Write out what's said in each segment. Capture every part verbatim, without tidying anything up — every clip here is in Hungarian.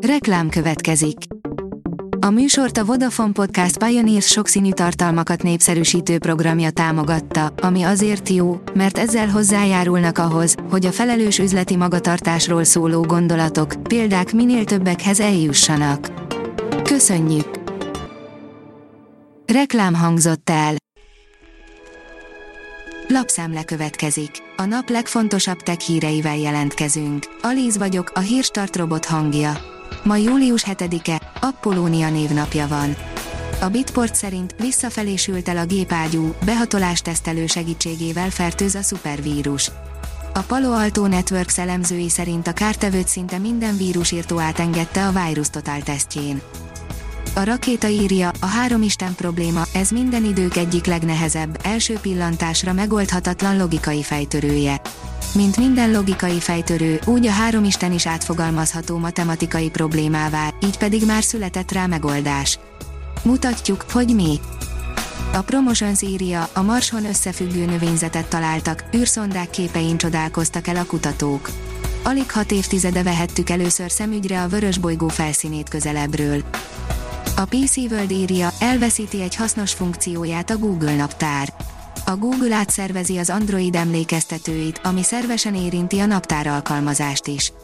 Reklám következik. A műsort a Vodafone Podcast Pioneers sokszínű tartalmakat népszerűsítő programja támogatta, ami azért jó, mert ezzel hozzájárulnak ahhoz, hogy a felelős üzleti magatartásról szóló gondolatok, példák minél többekhez eljussanak. Köszönjük! Reklám hangzott el. Lapszemle következik. A nap legfontosabb tech híreivel jelentkezünk. Alíz vagyok, a Hírstart robot hangja. Ma július hetedike, Apollónia névnapja van. A Bitport szerint visszafelé sült el a gépágyú, behatolást tesztelő segítségével fertőz a szupervírus. A Palo Alto Networks elemzői szerint a kártevőt szinte minden vírusírtó átengedte a Virus Total tesztjén. A Rakéta írja, a háromisten probléma, ez minden idők egyik legnehezebb, első pillantásra megoldhatatlan logikai fejtörője. Mint minden logikai fejtörő, úgy a háromisten is átfogalmazható matematikai problémává, így pedig már született rá megoldás. Mutatjuk, hogy mi. A Promotions írja, a Marson összefüggő növényzetet találtak, űrszondák képein csodálkoztak el a kutatók. Alig hat évtizede vehettük először szemügyre a vörösbolygó felszínét közelebbről. A pé cé World írja, elveszíti egy hasznos funkcióját a Google naptár. A Google átszervezi az Android emlékeztetőit, ami szervesen érinti a naptár alkalmazást is.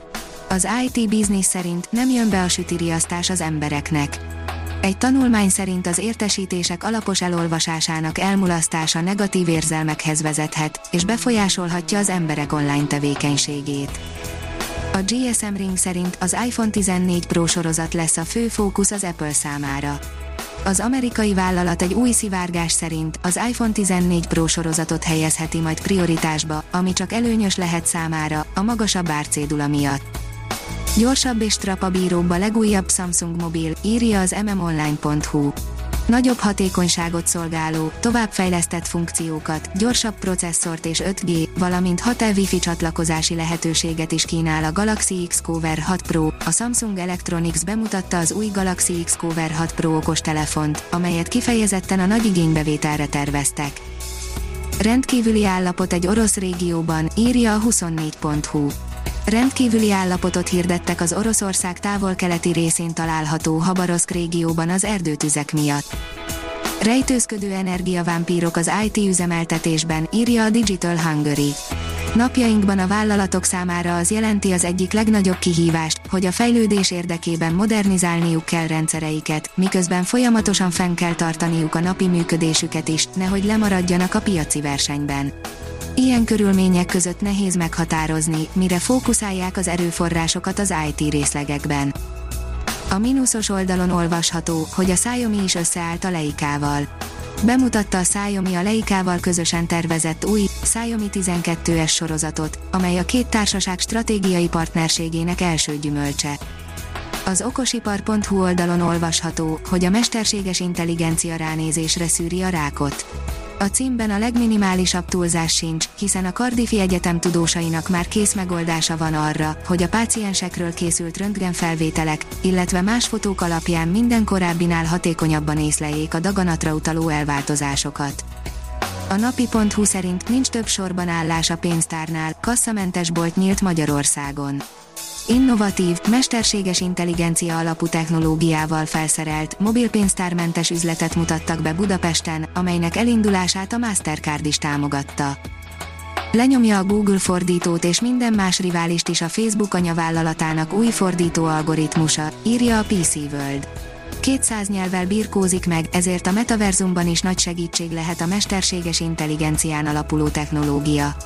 Az i té Business szerint nem jön be a sütiriasztás az embereknek. Egy tanulmány szerint az értesítések alapos elolvasásának elmulasztása negatív érzelmekhez vezethet, és befolyásolhatja az emberek online tevékenységét. A gé es em Ring szerint az iPhone tizennégy Pro sorozat lesz a fő fókusz az Apple számára. Az amerikai vállalat egy új szivárgás szerint az iPhone tizennégy Pro sorozatot helyezheti majd prioritásba, ami csak előnyös lehet számára, a magasabb árcédula miatt. Gyorsabb és strapabíróbb a legújabb Samsung mobil, írja az em em online pont hu. Nagyobb hatékonyságot szolgáló, továbbfejlesztett funkciókat, gyorsabb processzort és öt G, valamint hat E Wi-Fi csatlakozási lehetőséget is kínál a Galaxy X Cover hat Pro. A Samsung Electronics bemutatta az új Galaxy X Cover hat Pro okostelefont, amelyet kifejezetten a nagy igénybevételre terveztek. Rendkívüli állapot egy orosz régióban, írja a huszonnégy pont hu. Rendkívüli állapotot hirdettek az Oroszország távol-keleti részén található Habarovszk régióban az erdőtüzek miatt. Rejtőzködő energiavámpírok az i té üzemeltetésben, írja a Digital Hungary. Napjainkban a vállalatok számára az jelenti az egyik legnagyobb kihívást, hogy a fejlődés érdekében modernizálniuk kell rendszereiket, miközben folyamatosan fenn kell tartaniuk a napi működésüket is, nehogy lemaradjanak a piaci versenyben. Ilyen körülmények között nehéz meghatározni, mire fókuszálják az erőforrásokat az i té részlegekben. A mínuszos oldalon olvasható, hogy a Xiaomi is összeállt a Leicával. Bemutatta a Xiaomi a Leicával közösen tervezett új, Xiaomi tizenkettő es sorozatot, amely a két társaság stratégiai partnerségének első gyümölcse. Az okosipar pont hu oldalon olvasható, hogy a mesterséges intelligencia ránézésre szűri a rákot. A címben a legminimálisabb túlzás sincs, hiszen a Cardiffi Egyetem tudósainak már kész megoldása van arra, hogy a páciensekről készült röntgenfelvételek, illetve más fotók alapján minden korábbinál hatékonyabban észleljék a daganatra utaló elváltozásokat. A napi pont hu szerint nincs több sorban állás a pénztárnál, kasszamentes bolt nyílt Magyarországon. Innovatív, mesterséges intelligencia alapú technológiával felszerelt, mobilpénztármentes üzletet mutattak be Budapesten, amelynek elindulását a Mastercard is támogatta. Lenyomja a Google fordítót és minden más riválist is a Facebook anyavállalatának új fordító algoritmusa, írja a pé cé World. kétszáz nyelvvel birkózik meg, ezért a metaverzumban is nagy segítség lehet a mesterséges intelligencián alapuló technológia.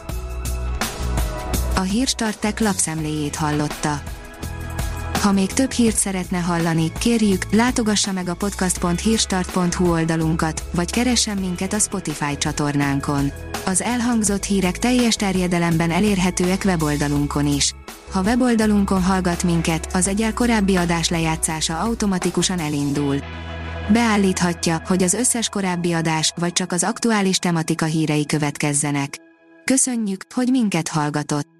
A Hírstart Tech lapszemléjét hallotta. Ha még több hírt szeretne hallani, kérjük, látogassa meg a podcast pont hírstart pont hu oldalunkat, vagy keressen minket a Spotify csatornánkon. Az elhangzott hírek teljes terjedelemben elérhetőek weboldalunkon is. Ha weboldalunkon hallgat minket, az egyel korábbi adás lejátszása automatikusan elindul. Beállíthatja, hogy az összes korábbi adás, vagy csak az aktuális tematika hírei következzenek. Köszönjük, hogy minket hallgatott!